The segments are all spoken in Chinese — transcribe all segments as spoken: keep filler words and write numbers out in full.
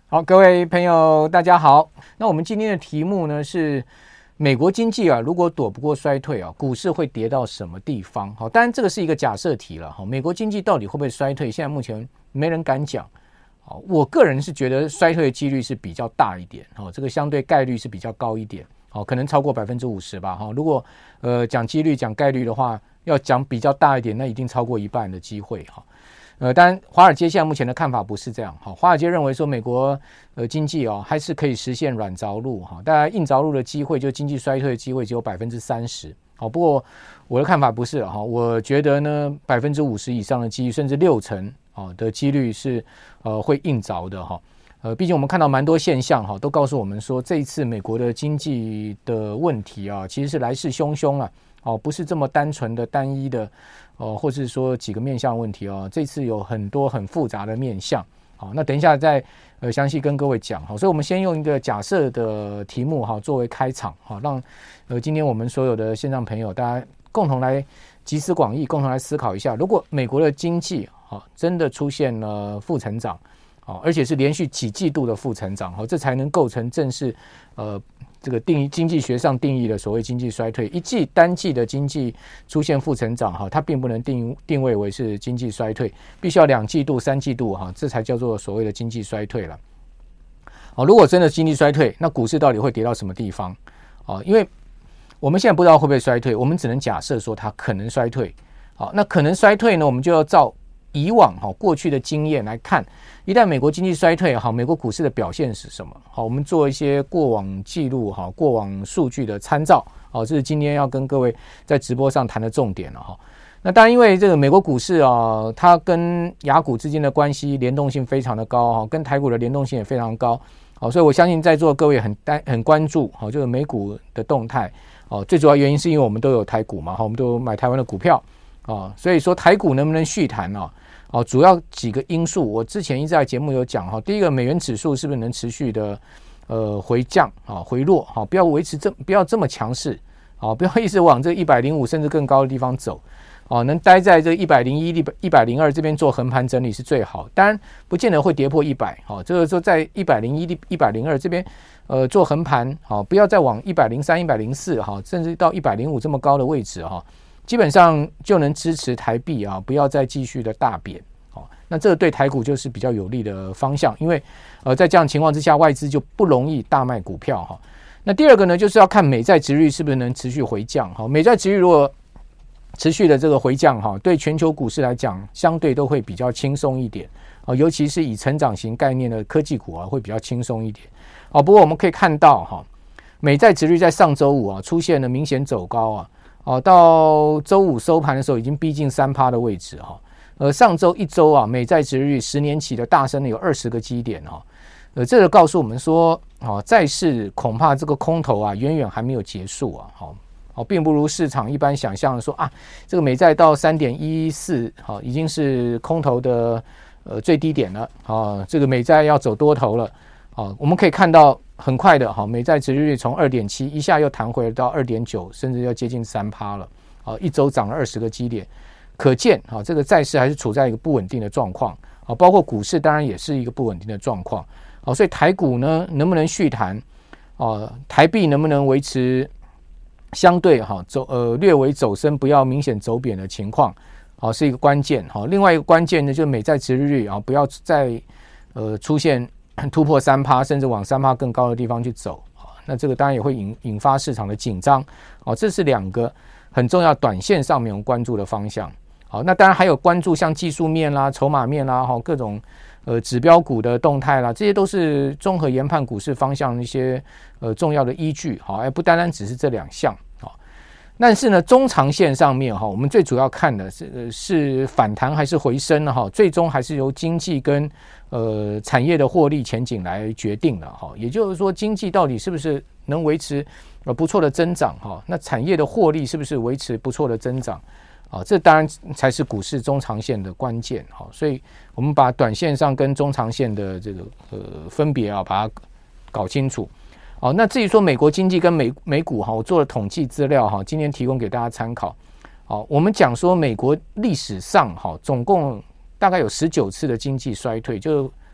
好，各位朋友大家好。那我们今天的题目呢是美国经济啊，如果躲不过衰退啊，股市会跌到什么地方？好，当然这个是一个假设题了。好，美国经济到底会不会衰退？现在目前没人敢讲。好，我个人是觉得衰退的几率是比较大一点。好，这个相对概率是比较高一点。好，可能超过百分之五十吧。哈，如果呃讲几率讲概率的话，要讲比较大一点，那一定超过一半的机会哈。呃，当然，华尔街现在目前的看法不是这样。好，华尔街认为说美国呃经济哦还是可以实现软着陆哈，大概硬着陆的机会就经济衰退的机会只有百分之三十。好，不过我的看法不是哈，我觉得呢百分之五十以上的几率，甚至六成啊的几率是呃会硬着的哈。呃，毕竟我们看到蛮多现象哈，都告诉我们说这一次美国的经济的问题啊，其实是来势汹汹啊。哦，不是这么单纯的单一的，哦，或是说几个面向问题哦，这次有很多很复杂的面向。好，那等一下再呃详细跟各位讲。好，所以我们先用一个假设的题目哈作为开场，好，让呃今天我们所有的线上朋友大家共同来集思广益，共同来思考一下，如果美国的经济好真的出现了负成长，好，而且是连续几季度的负成长，好，这才能构成正式呃。这个定义经济学上定义的所谓经济衰退，一季单季的经济出现负成长哈，它并不能定定位为是经济衰退，必须要两季度、三季度哈，这才叫做所谓的经济衰退了。好，如果真的经济衰退，那股市到底会跌到什么地方？啊，因为我们现在不知道会不会衰退，我们只能假设说它可能衰退。好，那可能衰退呢，我们就要照以往哈过去的经验来看，一旦美国经济衰退，好，美国股市的表现是什么？好，我们做一些过往记录哈，过往数据的参照。好，这是今天要跟各位在直播上谈的重点了哈。那当然，因为这个美国股市啊，它跟亚股之间的关系联动性非常的高哈，跟台股的联动性也非常高。好，所以我相信在座各位很担很关注好这个美股的动态。哦，最主要原因是因为我们都有台股嘛，我们都有买台湾的股票啊，所以说台股能不能续弹啊？哦，主要几个因素，我之前一直在节目有讲哈。第一个，美元指数是不是能持续的呃回降啊回落？好，不要维持这不要这么强势，好，不要一直往这一百零五甚至更高的地方走，哦，能待在这一百零一、一百零二这边做横盘整理是最好。当然，不见得会跌破一百，好，这个说在一百零一、一百零二这边呃做横盘，好，不要再往一百零三、一百零四哈，甚至到一百零五这么高的位置哈。基本上就能支持台币啊，不要再继续的大贬，哦，那这个对台股就是比较有利的方向，因为呃在这样情况之下，外资就不容易大卖股票哈。那第二个呢，就是要看美债殖率是不是能持续回降哈。美债殖率如果持续的这个回降哈，对全球股市来讲，相对都会比较轻松一点啊，尤其是以成长型概念的科技股啊，会比较轻松一点。哦，不过我们可以看到哈，美债殖率在上周五啊出现了明显走高啊。哦，到周五收盘的时候，已经逼近三趴的位置哈。呃，上周一周啊，美债殖利率十年期的大升了有二十个基点哈。呃，这个告诉我们说，哦，债市恐怕这个空头啊，远远还没有结束啊。好，哦，并不如市场一般想象的说啊，这个美债到三点一四，好，已经是空头的呃最低点了啊。这个美债要走多头了。啊，我们可以看到。很快的哈，美债殖利率从 二点七 一下又弹回到 二点九， 甚至要接近 百分之三 了。啊，一周涨了二十个基点，可见啊，这个债市还是处在一个不稳定的状况。啊，包括股市当然也是一个不稳定的状况。啊，所以台股呢能不能续弹？啊，台币能不能维持相对哈走呃略微走升，不要明显走贬的情况？啊，是一个关键。哈，另外一个关键呢，就是美债殖利率啊，不要再呃出现。突破 百分之三 甚至往 百分之三 更高的地方去走，那这个当然也会 引, 引发市场的紧张，这是两个很重要短线上面我们关注的方向。好，那当然还有关注像技术面啦、筹码面啦、各种呃指标股的动态啦，这些都是综合研判股市方向的一些呃重要的依据。好，而不单单只是这两项。好，但是呢，中长线上面哈，我们最主要看的是是反弹还是回升呢？哈，最终还是由经济跟呃产业的获利前景来决定的哈。也就是说，经济到底是不是能维持呃不错的增长哈？那产业的获利是不是维持不错的增长？啊，这当然才是股市中长线的关键。好，所以我们把短线上跟中长线的这个呃分别啊，把它搞清楚。好，那至于说美国经济跟美美股哈，我做了统计资料哈，今天提供给大家参考。好，我们讲说美国历史上哈，总共大概有十九次的经济衰退，就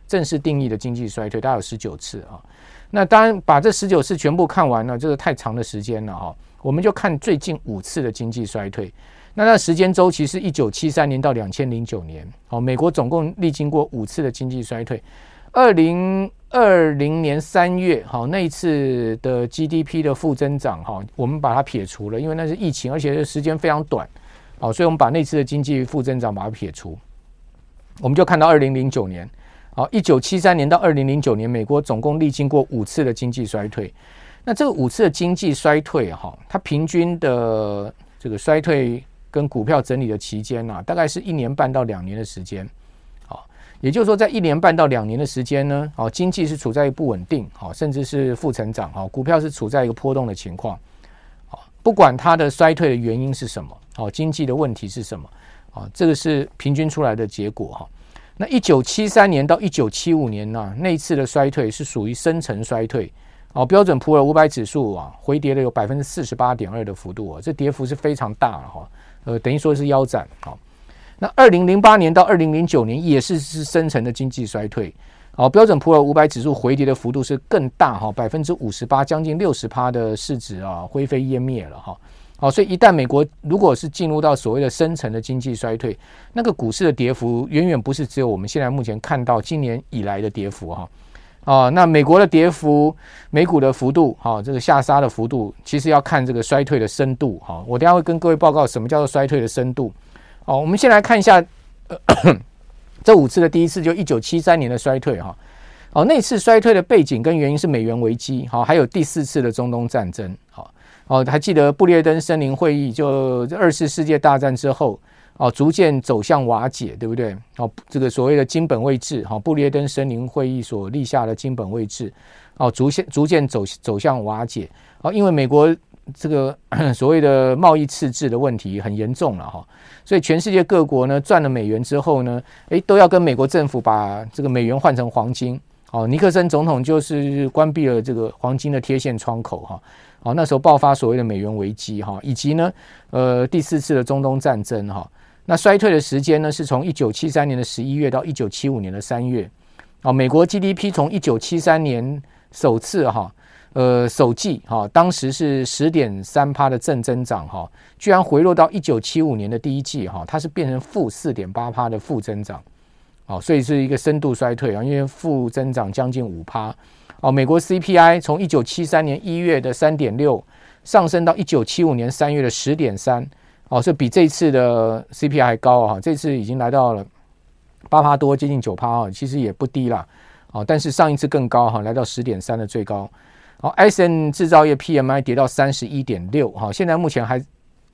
正式定义的经济衰退，大概有十九次啊。那当然把这十九次全部看完了，这个太长的时间了哈。我们就看最近五次的经济衰退。那那时间周期是一九七三年到两千零九年，好，美国总共历经过五次的经济衰退。二零二零年三月，好，那一次的 G D P 的负增长，哈，我们把它撇除了，因为那是疫情，而且时间非常短，好，所以我们把那次的经济负增长把它撇除，我们就看到二零零九年，好，一九七三年到二零零九年，美国总共历经过五次的经济衰退。那这个五次的经济衰退，哈，它平均的这个衰退跟股票整理的期间啊，大概是一年半到两年的时间，好，也就是说，在一年半到两年的时间呢，好，经济是处在一个不稳定，好，甚至是负成长，好，股票是处在一个波动的情况，好，不管它的衰退的原因是什么，好，经济的问题是什么，好，这个是平均出来的结果哈。那一九七三年到一九七五年呢、啊，那一次的衰退是属于深层衰退。哦，标准普尔五百指数啊，回跌了有百分之四十八点二的幅度啊，这跌幅是非常大了哈，呃，等于说是腰斩。好，那二零零八年到二零零九年也是是深层的经济衰退，哦，标准普尔五百指数回跌的幅度是更大哈，百分之五十八，将近六十趴的市值啊，灰飞烟灭了哈。好，所以一旦美国如果是进入到所谓的深层的经济衰退，那个股市的跌幅远远不是只有我们现在目前看到今年以来的跌幅哈。啊，那美国的跌幅，美股的幅度，哈、啊，这个下杀的幅度，其实要看这个衰退的深度，哈、啊。我等一下会跟各位报告什么叫做衰退的深度。好、啊，我们先来看一下，呃、这五次的第一次就一九七三年的衰退，哈、啊。哦、啊，那次衰退的背景跟原因是美元危机，好、啊，还有第四次的中东战争，好、啊，哦，还记得布列登森林会议，就二次世界大战之后。哦，逐渐走向瓦解，对不对？哦，这个所谓的金本位制，哈、哦，布列登森林会议所立下的金本位制，哦，逐渐逐渐走走向瓦解。哦，因为美国这个所谓的贸易赤字的问题很严重了哈、哦，所以全世界各国呢赚了美元之后呢，诶，都要跟美国政府把这个美元换成黄金。哦，尼克森总统就是关闭了这个黄金的贴现窗口哈。哦，那时候爆发所谓的美元危机哈，以及呢，呃，第四次的中东战争哈。那衰退的时间呢，是从一九七三年的十一月到一九七五年的三月。啊，美国 G D P 从一九七三年首次哈，呃，首季哈，当时是 百分之十点三 的正增长哈，居然回落到一九七五年的第一季哈，它是变成负 四点八 的负增长。哦，所以是一个深度衰退啊，因为负增长将近 百分之五。哦，美国 C P I 从一九七三年一月的 三点六 上升到一九七五年三月的 十点三。哦，所以比这一次的 C P I 还高啊！这次已经来到了八趴多，接近九趴啊，其实也不低啦。哦，但是上一次更高哈，来到 十点三 的最高。好 ，I S M 制造业 P M I 跌到 三十一点六 哈，现在目前还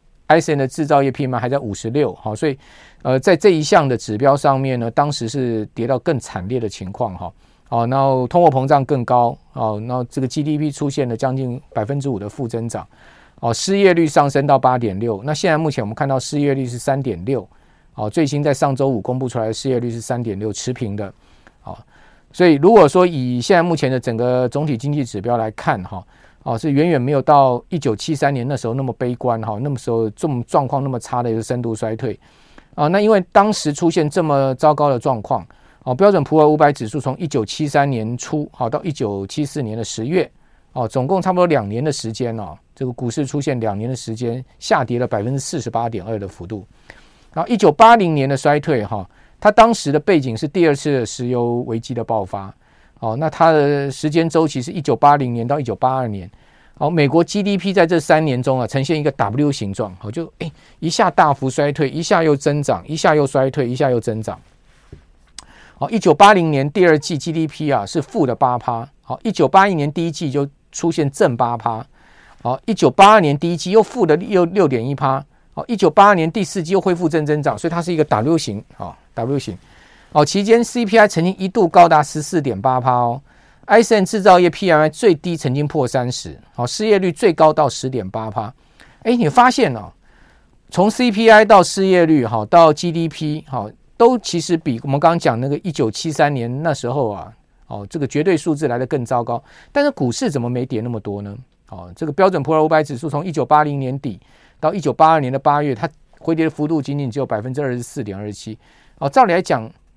I S M 的制造业 P M I 还在五十六，好，所以呃，在这一项的指标上面呢，当时是跌到更惨烈的情况哈。哦，然后通货膨胀更高，哦，然后这个 G D P 出现了将近 百分之五 的负增长。哦，失业率上升到 八点六， 那现在目前我们看到失业率是 三点六， 哦，最新在上周五公布出来的失业率是 三点六， 持平的。哦，所以如果说以现在目前的整个总体经济指标来看哈，哦，是远远没有到一九七三年那时候那么悲观哈，那么时候这么状况那么差的一个深度衰退啊。那因为当时出现这么糟糕的状况，哦，标准普尔五百指数从一九七三年初好到一九七四年的十月，哦，总共差不多两年的时间哦。这个股市出现两年的时间下跌了 百分之四十八点二 的幅度。然后一九八零年的衰退哈，它当时的背景是第二次的石油危机的爆发。哦，那它的时间周期是一九八零年到一九八二年。好，美国 G D P 在这三年中啊呈现一个 W 形状，好，就哎一下大幅衰退，一下又增长，一下又衰退，一下又增长。好，一九八零年第二季 G D P 啊是负的 百分之八。好，一九八一年第一季就出现正 百分之八。好，一九八二年第一季又负的又 六点一 趴，好，一九八二年第四季又恢复正增长，所以它是一个 W 型，好 W 型，好，期间 C P I 曾经一度高达 十四点八 趴哦 ，I S M 制造业 P M I 最低曾经破三十，好，失业率最高到 十点八 趴，哎，你发现哦，从 C P I 到失业率，好，到 G D P， 好，都其实比我们刚刚讲那个一九七三年那时候啊，哦，这个绝对数字来得更糟糕，但是股市怎么没跌那么多呢？哦，这个标准普尔五百指数从一九八零年底到一九八二年的八月，它回跌的幅度仅仅只有 百分之二十四点二七。哦，照理来讲，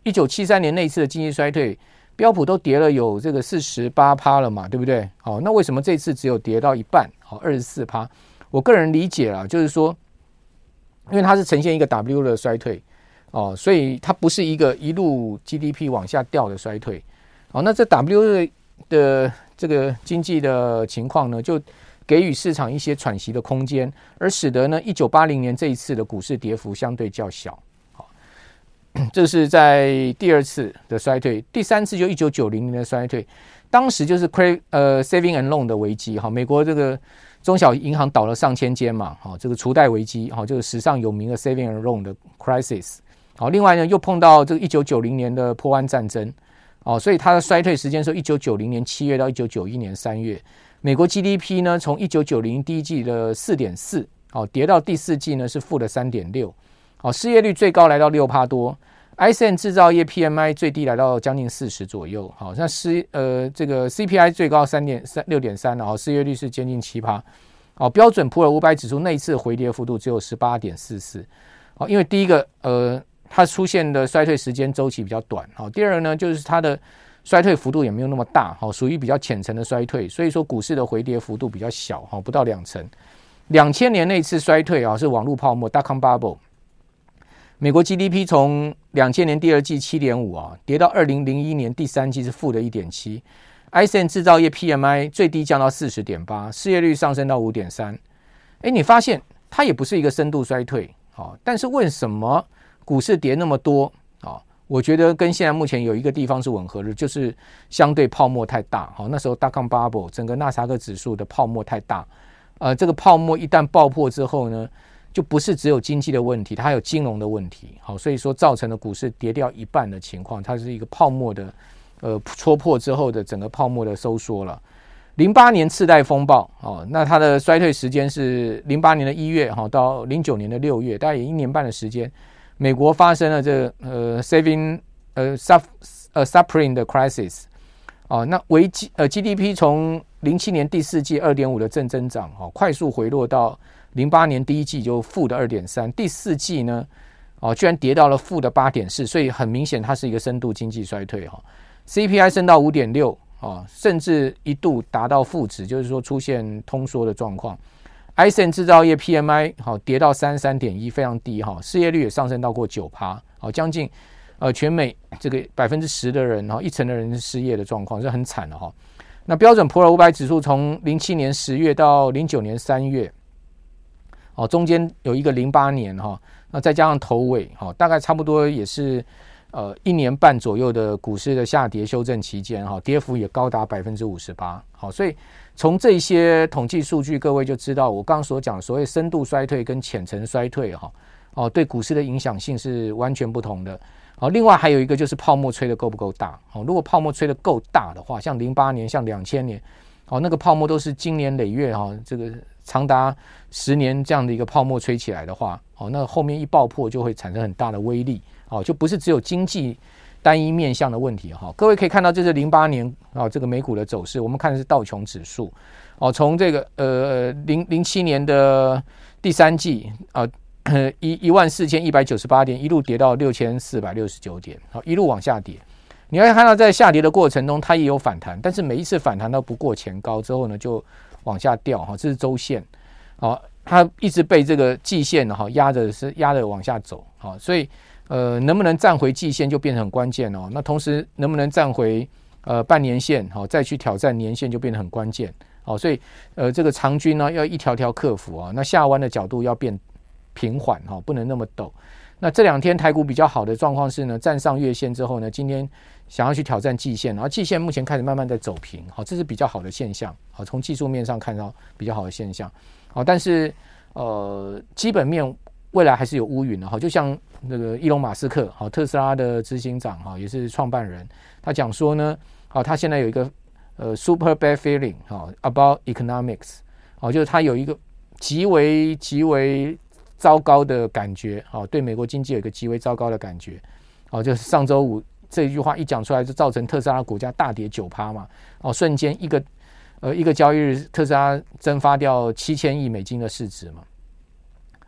一九七三年那一次的经济衰退，标普都跌了有这个 百分之四十八 了嘛，对不对？好，那为什么这次只有跌到一半？好， 百分之二十四。我个人理解啦，就是说因为它是呈现一个 W 的衰退哦，所以它不是一个一路 G D P 往下掉的衰退。哦，那这 W 的这个经济的情况呢，就给予市场一些喘息的空间，而使得呢一九八零年这一次的股市跌幅相对较小。好，这是在第二次的衰退，第三次就一九九零年的衰退，当时就是 呃 saving and loan 的危机。好，美国这个中小银行倒了上千间嘛，好，这个储贷危机，好，就是史上有名的 saving and loan 的 crisis。好，另外呢又碰到这个一九九零年的波湾战争。哦，所以它的衰退时间是一九九零年七月到一九九一年三月。美国 G D P 呢，从一九九零第一季的 四点四， 哦，跌到第四季呢是负的 三点六。哦，失业率最高来到 百分之六 多 ，I S M 制造业 P M I 最低来到将近四十左右。好，那失呃这个 C P I 最高 六点三， 然后失业率是接近 百分之七。哦，标准普尔五百指数那一次回跌幅度只有 十八点四四。哦，因为第一个呃。它出现的衰退时间周期比较短，好，第二呢就是它的衰退幅度也没有那么大，好，属于比较浅层的衰退，所以说股市的回跌幅度比较小，好，不到两成。两千年那次衰退啊是网络泡沫 dot-com bubble， 美国 G D P 从两千年第二季 七点五 啊跌到二零零一年第三季是负的 一点七。 I S M 制造业 P M I 最低降到 四十点八， 失业率上升到 五点三。 诶，你发现它也不是一个深度衰退，好，但是为什么股市跌那么多啊？我觉得跟现在目前有一个地方是吻合的，就是相对泡沫太大。好，那时候 dot-com bubble 整个纳斯达克指数的泡沫太大，呃，这个泡沫一旦爆破之后呢，就不是只有经济的问题，它还有金融的问题。好，所以说造成了股市跌掉一半的情况，它是一个泡沫的呃戳破之后的整个泡沫的收缩了。零八年次贷风暴，哦，那它的衰退时间是零八年的一月，哦，到零九年的六月，大概也一年半的时间。美国发生了这个呃 saving 呃 sub 呃 subprime 的 crisis， 哦，那危机呃 G D P 从零七年第四季 二点五 的正增长，哦，快速回落到零八年第一季就负的 二点三， 第四季呢，哦，居然跌到了负的 八点四， 所以很明显它是一个深度经济衰退，哦， C P I 升到 五点六，哦，甚至一度达到负值，就是说出现通缩的状况。I S M 制造业 P M I 好跌到 三十三点一， 非常低哈，失业率也上升到过 百分之九， 好，将近呃全美这个 百分之十 的人，一成的人是失业的状况，是很惨的哈。那标准普尔五百指数从零七年十月到零九年三月，哦，中间有一个零八年哈，那再加上头尾哈，大概差不多也是呃一年半左右的股市的下跌修正期间哈，跌幅也高达 百分之五十八， 好，所以从这些统计数据，各位就知道我刚刚所讲所谓深度衰退跟浅层衰退哈，哦，对股市的影响性是完全不同的。好，另外还有一个就是泡沫吹得够不够大。好，如果泡沫吹得够大的话，像零八年、像两千年，好，那个泡沫都是经年累月哈，这个长达十年这样的一个泡沫吹起来的话，好，那后面一爆破就会产生很大的威力，好，就不是只有经济单一面向的问题哈。各位可以看到，这是零八年啊，这个美股的走势，我们看的是道琼指数，哦，从这个呃零零七年的第三季啊。一万四千一百九十八点，一路跌到六千四百六十九点，好，一路往下跌。你要看到在下跌的过程中，它也有反弹，但是每一次反弹都不过前高之后呢，就往下掉，哈，这是周线，好，它一直被这个季线哈压着，是压着往下走，好，所以呃，能不能站回季线就变得很关键哦。那同时能不能站回呃半年线，好，再去挑战年线就变得很关键，好，所以呃，这个长均呢要一条条克服啊，那下弯的角度要变平缓，不能那么陡。那这两天台股比较好的状况是呢，站上月线之后呢，今天想要去挑战季线，然后季线目前开始慢慢在走平，好，这是比较好的现象，好，从技术面上看到比较好的现象，好，但是呃基本面未来还是有乌云的，好，就像那个伊隆马斯克，好，特斯拉的执行长，好，也是创办人，他讲说呢，好，他现在有一个呃 super bad feeling， 好 about economics， 好，就是他有一个极为极为糟糕的感觉，好，对美国经济有一个极为糟糕的感觉，好，就是上周五这一句话一讲出来，就造成特斯拉股价大跌 百分之九 嘛，哦，瞬间一个呃一个交易日，特斯拉蒸发掉七千亿美金的市值嘛，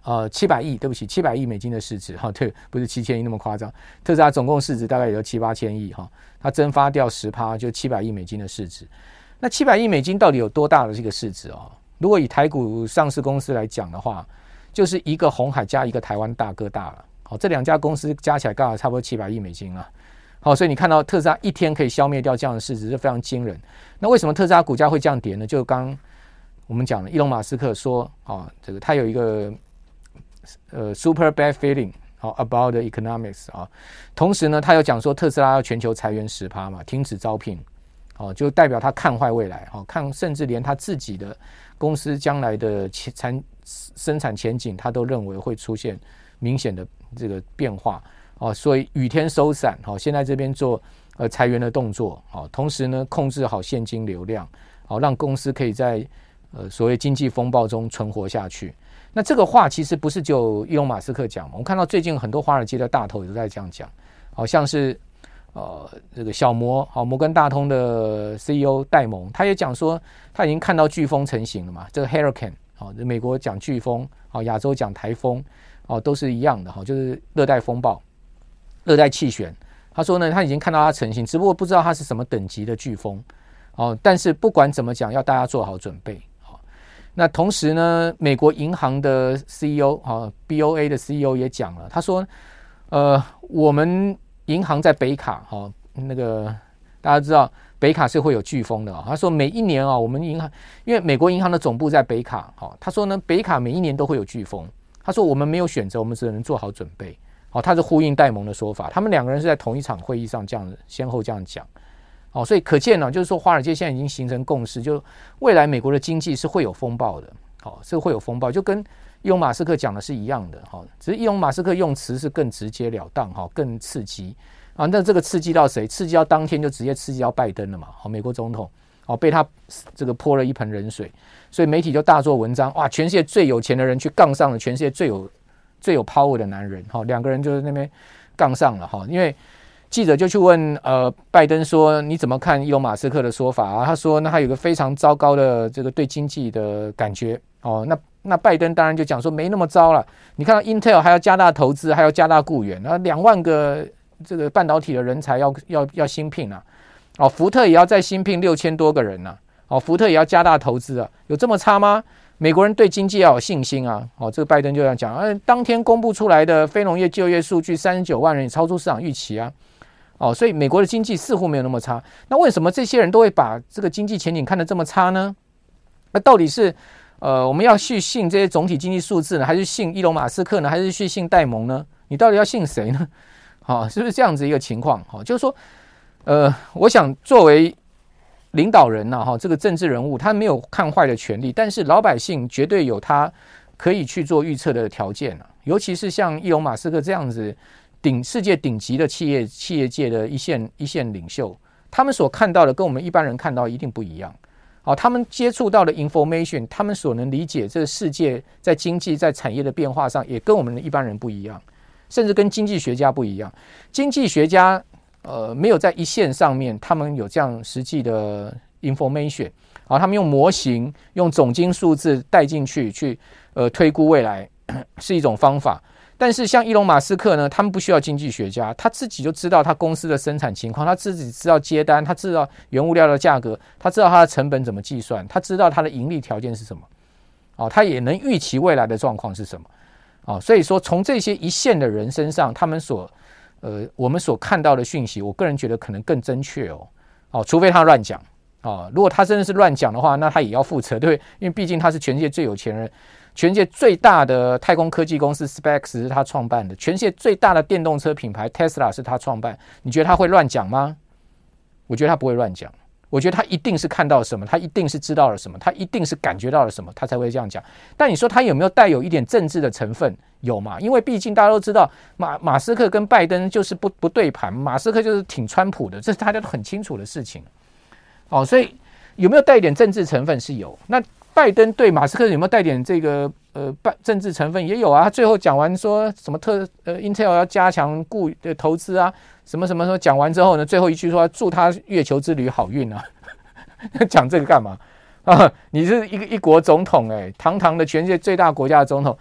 呃七百亿，对不起，七百亿美金的市值哈，对，不是七千亿那么夸张。特斯拉总共市值大概有七八千亿哈，它蒸发掉十趴，就七百亿美金的市值。那七百亿美金到底有多大的这个市值哦？如果以台股上市公司来讲的话，就是一个鸿海加一个台湾大哥大了。好，这两家公司加起来刚好差不多七百亿美金啊。好，所以你看到特斯拉一天可以消灭掉这样的市值是非常惊人。那为什么特斯拉股价会这样跌呢？就刚我们讲了，伊隆马斯克说啊，这个他有一个呃 super bad feeling 好 about the economics 啊，同时呢，他有讲说特斯拉要全球裁员 百分之十 嘛，停止招聘，哦，就代表他看坏未来，哦，看甚至连他自己的公司将来的产生产前景，他都认为会出现明显的这个变化。哦，所以雨天收伞，好、哦，现在这边做呃裁员的动作，好、哦，同时呢控制好现金流量，好、哦，让公司可以在呃所谓经济风暴中存活下去。那这个话其实不是就伊隆马斯克讲嘛，我们看到最近很多华尔街的大头也都在这样讲，好、哦、像是呃这个小摩，好、哦、摩根大通的 C E O 戴蒙，他也讲说他已经看到飓风成型了嘛，这个 hurricane， 好、哦，美国讲飓风，好、哦，亚洲讲台风，哦，都是一样的，好、哦，就是热带风暴。热带气旋，他说呢，他已经看到它成型，只不过不知道它是什么等级的飓风，哦，但是不管怎么讲，要大家做好准备。哦、那同时呢，美国银行的 C E O 哦 B O A 的 C E O 也讲了，他说，呃，我们银行在北卡，哦，那个大家知道北卡是会有飓风的、哦，他说每一年啊、哦，我们银行因为美国银行的总部在北卡，哦，他说呢，北卡每一年都会有飓风，他说我们没有选择，我们只能做好准备。哦，他是呼应戴蒙的说法，他们两个人是在同一场会议上这样先后这样讲，哦，所以可见呢，就是说华尔街现在已经形成共识，就未来美国的经济是会有风暴的，哦，是会有风暴，就跟伊隆马斯克讲的是一样的，哈、哦，只是伊隆马斯克用词是更直截了当，哈、哦，更刺激啊，那这个刺激到谁？刺激到当天就直接刺激到拜登了嘛，好、哦，美国总统，哦，被他这个泼了一盆冷水，所以媒体就大做文章，哇，全世界最有钱的人去杠上了全世界最有。最有 power 的男人，两个人就是那边杠上了，因为记者就去问呃拜登说你怎么看伊隆马斯克的说法啊？他说那他有个非常糟糕的这个对经济的感觉哦，那那拜登当然就讲说没那么糟了，你看到 Intel 还要加大投资，还要加大雇员，然后两万个这个半导体的人才要要要新聘啊，哦，福特也要再新聘六千多个人啊，哦，福特也要加大投资啊，有这么差吗？美国人对经济要有信心啊！哦，这个拜登就这样讲，呃，当天公布出来的非农业就业数据三十九万人，也超出市场预期啊！哦，所以美国的经济似乎没有那么差。那为什么这些人都会把这个经济前景看得这么差呢？那到底是呃我们要去信这些总体经济数字呢，还是信伊隆马斯克呢，还是去信戴蒙呢？你到底要信谁呢？好、哦，是不是这样子一个情况？好、哦，就是说，呃，我想作为领导人呐、啊，这个政治人物他没有看坏的权利，但是老百姓绝对有他可以去做预测的条件啊。尤其是像伊隆马斯克这样子顶世界顶级的企业企业界的一线一线领袖，他们所看到的跟我们一般人看到一定不一样。好，他们接触到的 information， 他们所能理解这个世界在经济在产业的变化上，也跟我们的一般人不一样，甚至跟经济学家不一样。经济学家呃，没有在一线上面，他们有这样实际的 information， 好，他们用模型、用总经数字带进去，去呃推估未来是一种方法。但是像伊隆马斯克呢，他们不需要经济学家，他自己就知道他公司的生产情况，他自己知道接单，他知道原物料的价格，他知道他的成本怎么计算，他知道他的盈利条件是什么，哦，他也能预期未来的状况是什么，哦，所以说从这些一线的人身上，他们所呃，我们所看到的讯息，我个人觉得可能更正确哦，哦，除非他乱讲啊，如果他真的是乱讲的话，那他也要负责，对不对？因为毕竟他是全世界最有钱人，全世界最大的太空科技公司 SpaceX 是他创办的，全世界最大的电动车品牌 Tesla 是他创办，你觉得他会乱讲吗？我觉得他不会乱讲，我觉得他一定是看到了什么，他一定是知道了什么，他一定是感觉到了什么，他才会这样讲。但你说他有没有带有一点政治的成分？有嘛？因为毕竟大家都知道马马斯克跟拜登就是不不对盘，马斯克就是挺川普的，这是大家都很清楚的事情。哦，所以有没有带一点政治成分是有。那拜登对马斯克有没有带点这个呃政治成分也有啊？他最后讲完说什么特呃 Intel 要加强固的投资啊，什么什么什么，讲完之后呢，最后一句说祝他月球之旅好运啊，讲这个干嘛啊？你是一个一国总统哎、欸，堂堂的全世界最大国家的总统。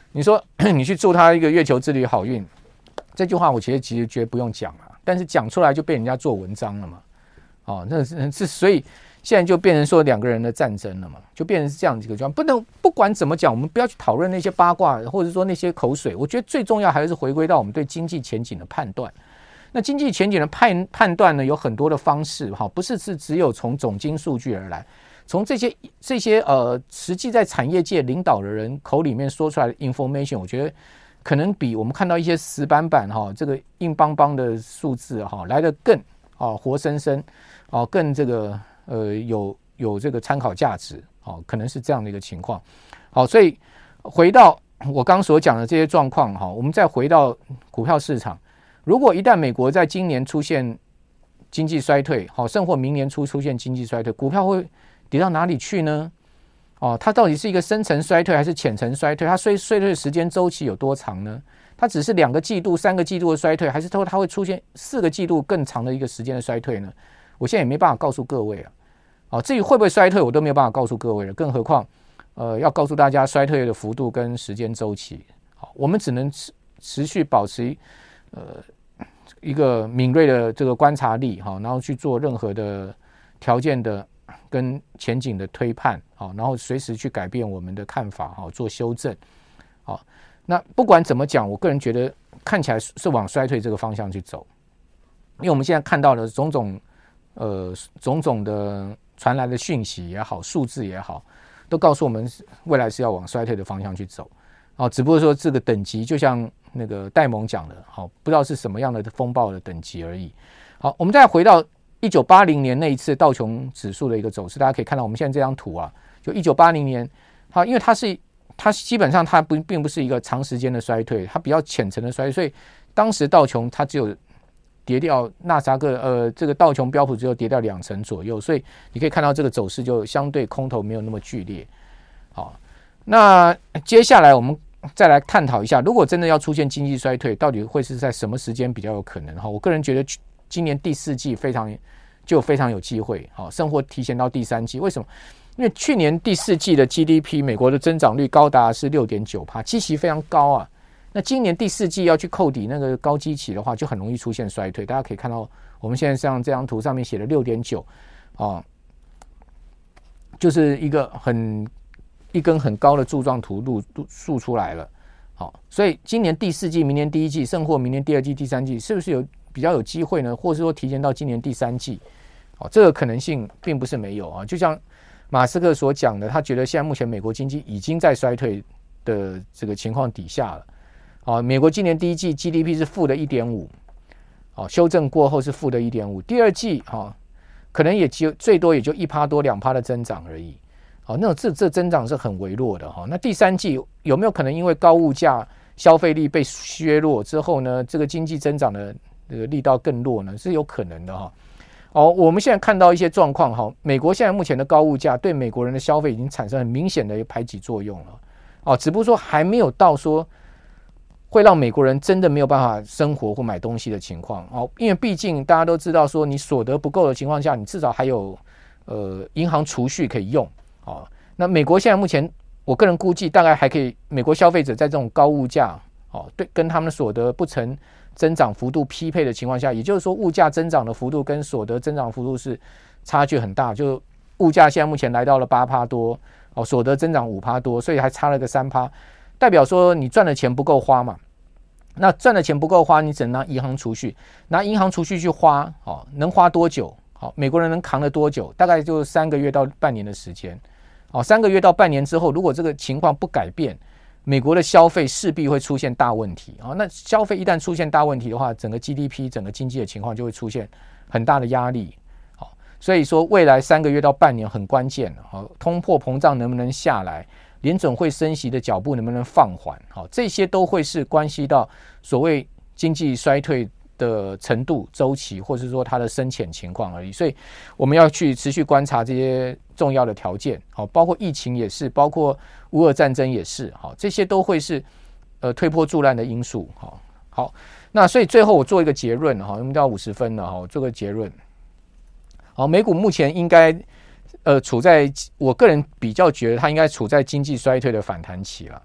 你说你去祝他一个月球之旅好运，这句话我其实其实觉得不用讲了，但是讲出来就被人家做文章了嘛。哦，那是是所以现在就变成说两个人的战争了嘛，就变成是这样一个状况。不能不管怎么讲，我们不要去讨论那些八卦，或者说那些口水。我觉得最重要还是回归到我们对经济前景的判断。那经济前景的判判断呢，有很多的方式，哈，不是是只有从总经数据而来，从这些这些呃实际在产业界领导的人口里面说出来的 information， 我觉得可能比我们看到一些死板板哈这个硬邦邦的数字哈来得更啊活生生啊更这个呃有有这个参考价值啊，可能是这样的一个情况。好，所以回到我刚所讲的这些状况哈，我们再回到股票市场。如果一旦美国在今年出现经济衰退，好，甚或明年初出现经济衰退，股票会跌到哪里去呢？哦，它到底是一个深层衰退还是浅层衰退？它衰衰退的时间周期有多长呢？它只是两个季度、三个季度的衰退，还是说它会出现四个季度更长的一个时间的衰退呢？我现在也没办法告诉各位啊。哦，至于会不会衰退，我都没有办法告诉各位了，更何况呃要告诉大家衰退的幅度跟时间周期。好，我们只能持持续保持呃。一个敏锐的这个观察力，然后去做任何的条件的跟前景的推判，然后随时去改变我们的看法，做修正。那不管怎么讲，我个人觉得看起来是往衰退这个方向去走，因为我们现在看到的种种呃种种的传来的讯息也好，数字也好，都告诉我们未来是要往衰退的方向去走。只不过说这个等级就像那个戴蒙讲的，好，不知道是什么样的风暴的等级而已。好，我们再回到一九八零年那一次道琼指数的一个走势，大家可以看到我们现在这张图啊，就一九八零年，好，因为它是它基本上它不并不是一个长时间的衰退，它比较浅层的衰退，所以当时道琼它只有跌掉纳斯达克呃这个道琼标普只有跌掉两成左右，所以你可以看到这个走势就相对空头没有那么剧烈。好，那接下来我们再来探讨一下，如果真的要出现经济衰退，到底会是在什么时间比较有可能？我个人觉得今年第四季非常就非常有机会，甚或提前到第三季。为什么？因为去年第四季的 G D P 美国的增长率高达是 六点九%， 基期非常高啊。那今年第四季要去扣抵那个高基期的话，就很容易出现衰退。大家可以看到我们现在像这张图上面写的 六点九 啊，就是一个很一根很高的柱状图路竖出来了。好，所以今年第四季、明年第一季，甚或明年第二季、第三季，是不是有比较有机会呢？或是说提前到今年第三季？哦，这个可能性并不是没有啊。就像马斯克所讲的，他觉得现在目前美国经济已经在衰退的这个情况底下了。啊，美国今年第一季 G D P 是负的 一点五， 啊，修正过后是负的 一点五， 第二季啊，可能也就最多也就 百分之一多 百分之二 的增长而已。好，那这这增长是很微弱的哈。那第三季有没有可能因为高物价、消费力被削弱之后呢，这个经济增长的这个力道更弱呢？是有可能的哈。哦，我们现在看到一些状况哈，美国现在目前的高物价对美国人的消费已经产生很明显的排挤作用了。哦，只不过说还没有到说会让美国人真的没有办法生活或买东西的情况。哦，因为毕竟大家都知道说，你所得不够的情况下，你至少还有呃银行储蓄可以用。哦，那美国现在目前，我个人估计大概还可以，美国消费者在这种高物价，哦，对，跟他们的所得不成增长幅度匹配的情况下，也就是说，物价增长的幅度跟所得增长幅度是差距很大。就物价现在目前来到了 百分之八 多，哦，所得增长 百分之五 多，所以还差了个 百分之三， 代表说你赚的钱不够花嘛。那赚的钱不够花，你只能拿银行储蓄，拿银行储蓄去花，哦，能花多久？好，美国人能扛了多久？大概就三个月到半年的时间。好，三个月到半年之后，如果这个情况不改变，美国的消费势必会出现大问题。好，那消费一旦出现大问题的话，整个 G D P、整个经济的情况就会出现很大的压力。好，所以说未来三个月到半年很关键。好，通货膨胀能不能下来？联准会升息的脚步能不能放缓？好，这些都会是关系到所谓经济衰退的程度、周期，或是说它的深浅情况而已。所以我们要去持续观察这些重要的条件，好，包括疫情也是，包括乌俄战争也是，好，这些都会是呃推波助澜的因素。好，好，那所以最后我做一个结论，哈，我们到五十分了，哈，我做个结论。好，美股目前应该呃处在我个人比较觉得它应该处在经济衰退的反弹期了。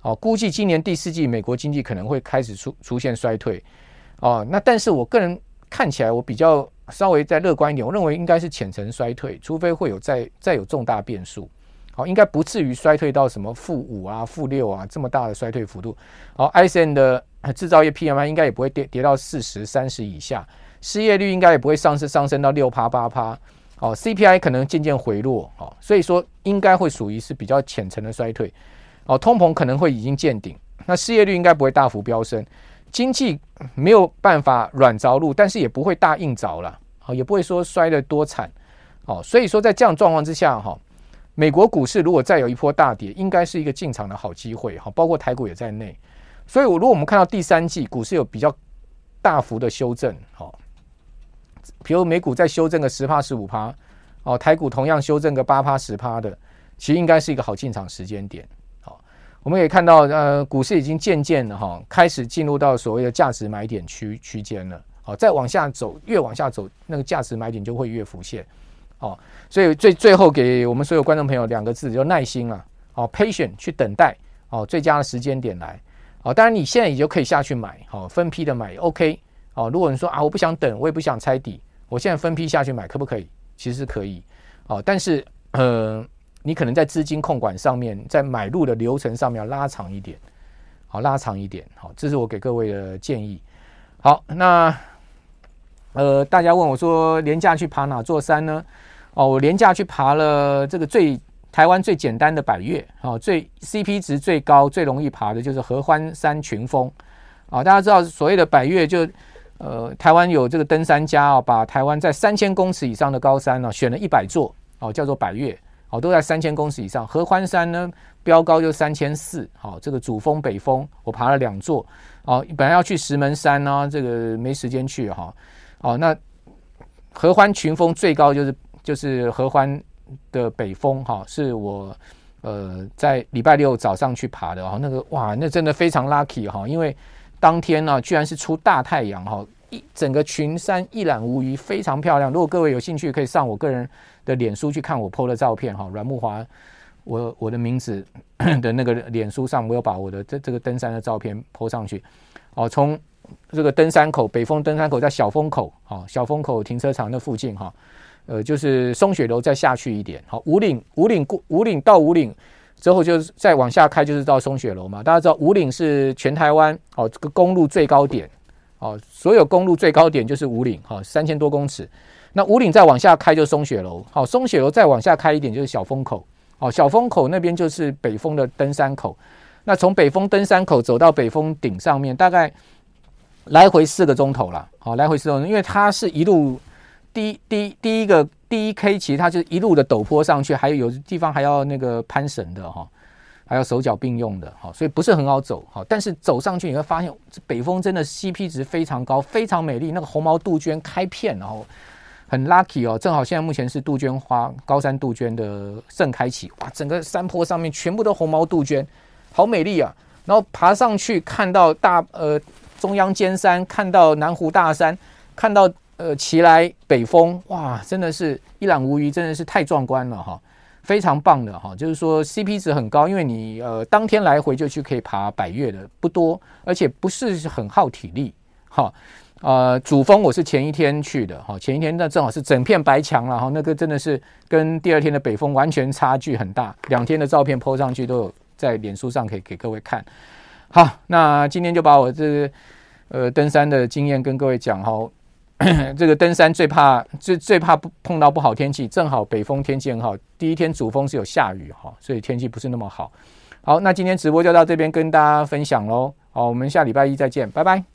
哦，估计今年第四季美国经济可能会开始出出现衰退。哦，那但是我个人看起来我比较稍微再乐观一点，我认为应该是浅层衰退，除非会有再再有重大变数。好，应该不至于衰退到什么负五啊、负六啊这么大的衰退幅度。好 ，I S M 的制造业 P M I 应该也不会跌跌到四十、三十以下，失业率应该也不会上升上升到六趴、八趴。好 ，C P I 可能渐渐回落。好，所以说应该会属于是比较浅层的衰退。好，通膨可能会已经见顶，那失业率应该不会大幅飙升，经济没有办法软着陆，但是也不会大硬着了。好，也不会说摔得多惨。好，所以说在这样状况之下，哈。美国股市如果再有一波大跌，应该是一个进场的好机会，包括台股也在内。所以，如果我们看到第三季股市有比较大幅的修正，比如美股再修正个十趴、十五趴，台股同样修正个八趴、十趴的，其实应该是一个好进场时间点。我们可以看到，呃，股市已经渐渐的哈开始进入到所谓的价值买点区区间了。好，再往下走，越往下走，那个价值买点就会越浮现。哦，所以最最后给我们所有观众朋友两个字，叫耐心啊！哦 ，patient 去等待哦，最佳的时间点来。哦，当然你现在也就可以下去买，好、哦、分批的买 ，OK。哦，如果你说啊，我不想等，我也不想猜底，我现在分批下去买，可不可以？其实是可以。哦，但是呃，你可能在资金控管上面，在买入的流程上面要拉长一点，好、哦，拉长一点。好、哦，这是我给各位的建议。好，那呃，大家问我说，连假去爬哪座山呢？哦，我连假去爬了这个最台湾最简单的百岳，哦，最 C P 值最高、最容易爬的就是合欢山群峰。啊、哦，大家知道所谓的百岳就呃，台湾有这个登山家啊、哦，把台湾在三千公尺以上的高山呢、哦，选了一百座哦，叫做百岳，哦，都在三千公尺以上。合欢山呢，标高就三千四，好，这个主峰、北峰我爬了两座，哦，本来要去石门山呢、啊，这个没时间去哈、哦，哦，那合欢群峰最高就是。就是合欢的北峰哈，是我呃在礼拜六早上去爬的哈，那个哇，那真的非常 lucky 哈，因为当天呢、啊、居然是出大太阳哈，一整个群山一览无余，非常漂亮。如果各位有兴趣，可以上我个人的脸书去看我 po 的照片哈，阮慕骅，我我的名字的那个脸书上，我有把我的这这个登山的照片 po 上去哦，从这个登山口北峰登山口在小峰口啊，小峰口停车场那附近哈。呃，就是松雪楼再下去一点，好，五岭五岭五岭到五岭之后，就是再往下开就是到松雪楼嘛。大家知道五岭是全台湾哦这个公路最高点，哦，所有公路最高点就是五岭，好、哦，三千多公尺。那五岭再往下开就是松雪楼，好、哦，松雪楼再往下开一点就是小峰口，哦，小峰口那边就是北峰的登山口。那从北峰登山口走到北峰顶上面，大概来回四个钟头啦，好、哦，来回四个钟头，因为它是一路。第一第一第一个第一 K 其实它就是一路的陡坡上去，还有有的地方还要那个攀绳的哈，还要手脚并用的哈，所以不是很好走哈。但是走上去你会发现，北峰真的 C P 值非常高，非常美丽，那个红毛杜鹃开片，然后很 lucky 哦，正好现在目前是杜鹃花高山杜鹃的盛开期，哇，整个山坡上面全部都红毛杜鹃，好美丽啊！然后爬上去看到大呃中央尖山，看到南湖大山，看到。呃，奇来北峰，哇，真的是一览无余，真的是太壮观了哈，非常棒的哈。就是说 C P 值很高，因为你呃当天来回就去可以爬百岳的不多，而且不是很耗体力哈。呃，主峰我是前一天去的哈，前一天那正好是整片白墙了哈，那个真的是跟第二天的北峰完全差距很大，两天的照片 po 上去都有在脸书上可以给各位看。好，那今天就把我这个呃登山的经验跟各位讲哈。这个登山最怕最最怕碰到不好天气，正好北峰天气很好，第一天主峰是有下雨哈，所以天气不是那么好。好，那今天直播就到这边跟大家分享咯。好，我们下礼拜一再见，拜拜。